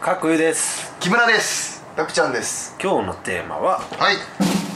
かくゆです。 木村です。 たくちゃんです。 今日のテーマははい。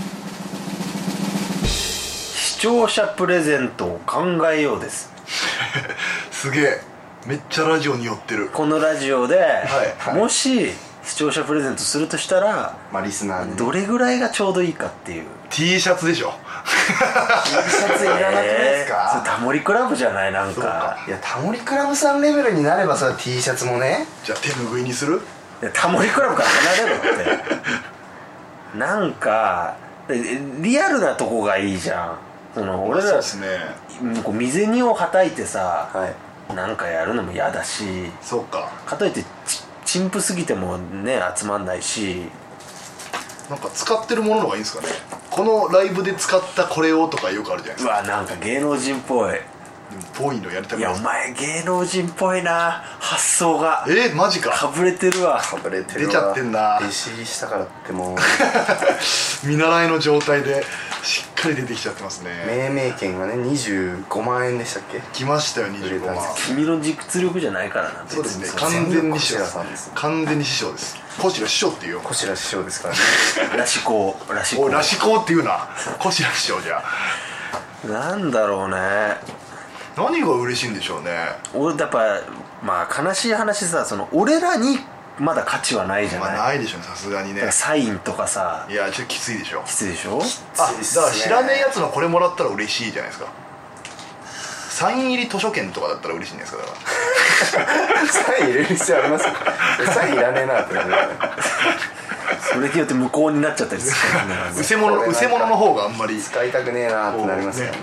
視聴者プレゼントを考えようです。 すげえ、めっちゃラジオに寄ってる。 このラジオで、 はいもし視聴者プレゼントするとしたら、 リスナーにどれぐらいがちょうどいいかっていう。 T シャツでしょ。 T シャツいらなくないですそれか？ タモリクラブじゃない？なんかいや、タモリクラブさんレベルになればさ、 T シャツもね。 じゃあ手ぬぐいにする？ いやタモリクラブから離れろってなんかリアルなとこがいいじゃん。その俺らそうですね。 こう身銭をはたいてさ、 はい。 なんかやるのも嫌だし、 そうか。 かといって陳腐すぎてもね集まんないし。 なんか使ってるものの方がいいんですかね。このライブで使ったこれをとかよくあるじゃないですか。 うわ、なんか芸能人っぽい。 でもぽいのやりたくいや、 ないです。 お前芸能人っぽいな、発想が。 マジか。 かぶれてるわ。 かぶれてるわ。 出ちゃってんな。 弟子入りしたからってもう見習いの状態でしっかり出てきちゃってますね。 命名権がね、25万円でしたっけ？ 来ましたよ、25万。 君の実力じゃないからな。 そうですね。 別に完全に師匠小白さんです。 完全に師匠です。小白師匠っていうよ。 小白師匠ですからね。 らしこうらしこうおい、らしこうっていうな。小白師匠じゃ。 なんだろうね。 何が嬉しいんでしょうね。 俺やっぱまあ悲しい話さ、その俺らにまだ価値はないじゃない。 まあないでしょうね、さすがにね。 サインとかさ、 いや、ちょっときついでしょ。 きついでしょ。 だから知らねえやつのこれもらったら嬉しいじゃないですか。サイン入り図書券とかだったら嬉しいんですか。だからサイン入れる必要ありますか？サインいらねえなってなる。 それによって無効になっちゃったりするからね。 うせものの方があんまり使いたくねえなってなりますよね。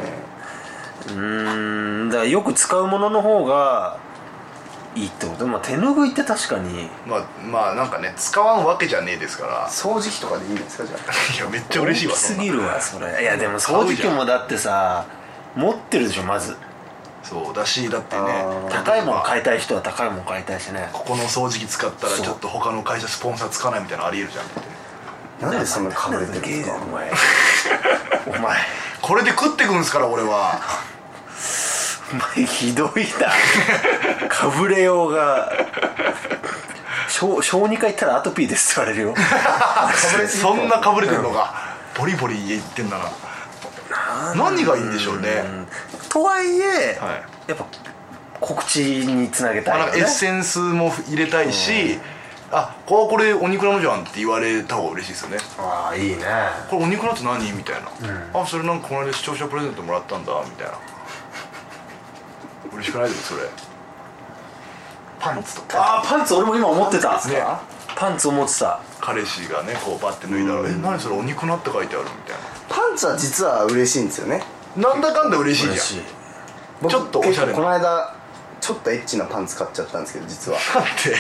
だからよく使うものの方がいいってこと。まあ手ぬぐいって確かにまあなんかね、使わんわけじゃねえですから。 掃除機とかでいいんですか？じゃあいや、めっちゃ嬉しいわ。 大きすぎそんなるわそれ。いやでも掃除機もだってさ持ってるでしょまず。 そうだし、だってね、 高いもの買いたい人は高いもの買いたいしね。 ここの掃除機使ったらそうちょっと他の会社スポンサーつかないみたいなのありえるじゃんって。 なんでそんなかぶれてるんですか？ お前これで食ってくんすから俺は。 お前ひどいな。かぶれようが小児科行ったらアトピーですって言われるよ。 そんなかぶれてんのか。ボリボリ言ってんだな。何がいいんでしょうね。 とはいえ、 はいやっぱ告知につなげたいよね。 エッセンスも入れたいし、これお肉なのじゃんって言われた方が嬉しいですよね。 ああいいね。 これお肉なって何みたいな、それなんかこの間視聴者プレゼントもらったんだみたいな。嬉しくないですそれ。パンツとかパンツ俺も今思ってた。 ね、 パンツ思ってた。 彼氏がねこうバッて脱いだら「何それお肉なって書いてある」みたいパンツは実は嬉しいんですよね。 な。なんだかんだ嬉しい嬉しい。 じゃん。 僕ちょっとおしゃれな結構この間ちょっとエッチなパンツ買っちゃったんですけど、実はなんで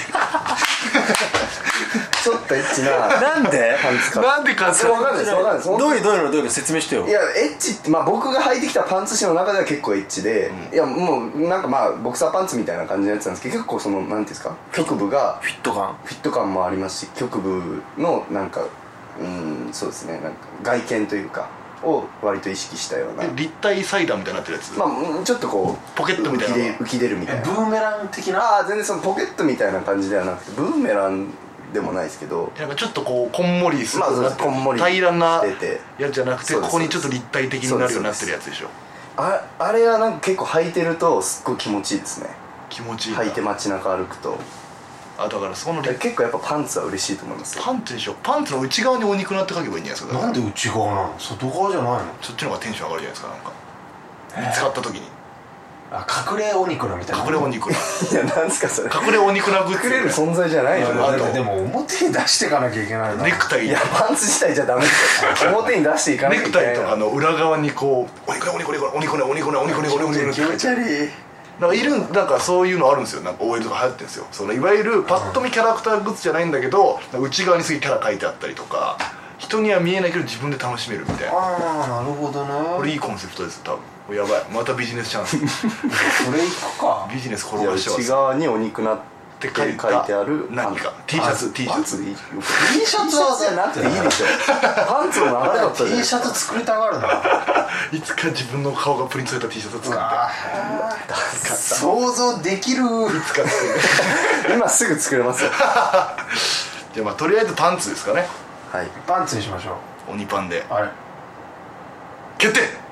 ちょっとエッチななんでパンツ買っなんでかわかんないですわかんないです。 どういうの説明してよ。 いや、エッチって僕が履いてきたパンツ史の中では結構エッチで、いやもうなんかボクサーパンツみたいな感じのやつなんですけど、結構そのなんていうんですか、局部がフィット感。 フィット感もありますし、局部のなんかそうですね、なんか外見というかを割と意識したような、 立体サイダーみたいになってるやつ。 ちょっとこうポケットみたいな浮き出るみたいな。 ブーメラン的な。 全然そのポケットみたいな感じではなくて、ブーメランでもないですけど、 なんかちょっとこうこんもりする、 そうですこんもり平らなしててやつじゃなくて、 そうですここにちょっと立体的になるようになってるやつでしょ。 あれはなんか結構履いてるとすっごい気持ちいいですね。 気持ちいいんだ。 履いて街中歩くとだからその結構やっぱパンツは嬉しいと思いますよ。 パンツでしょ。パンツの内側にお肉なって書けばいいんじゃないですか。 なんで内側なの？外側じゃないの？ そっちの方がテンション上がるじゃないですか。なんか見つかった時に隠れお肉なみたいな。 隠れお肉な。 いや、なんすかそれ。 隠れお肉なグッズ。 隠れる存在じゃないよね。 あとでも表に出していかなきゃいけないな。 ネクタイ。 いや、パンツ自体じゃダメですよ。表に出していかなきゃネいけないクタイとかの裏側にこうお肉ねお肉ねお肉ねお肉ねお肉ねお肉ねお肉ね気持ち悪い。 なんかそういうのあるんですよ。なんか OL とか流行ってるんですよ。そのいわゆるパッと見キャラクターグッズじゃないんだけど、内側にすげえキャラ書いてあったりとか、人には見えないけど自分で楽しめるみたいな。 なるほどね。 これいいコンセプトです多分。これやばい、またビジネスチャンス。 それいくか。 ビジネス転いや、 がしてます。 内側にお肉なっって書い書いてある何か T シャツ T シャツ T シャツはじゃなくていいでしょパンツの流れだったじゃない T シャツ作りたがるないつか自分の顔がプリントされた T シャツを作って想像できる。 いつか作る今すぐ作れますよじゃあまあとりあえずパンツですかね。 はいパンツにしましょ鬼パンでう。はい。 決定。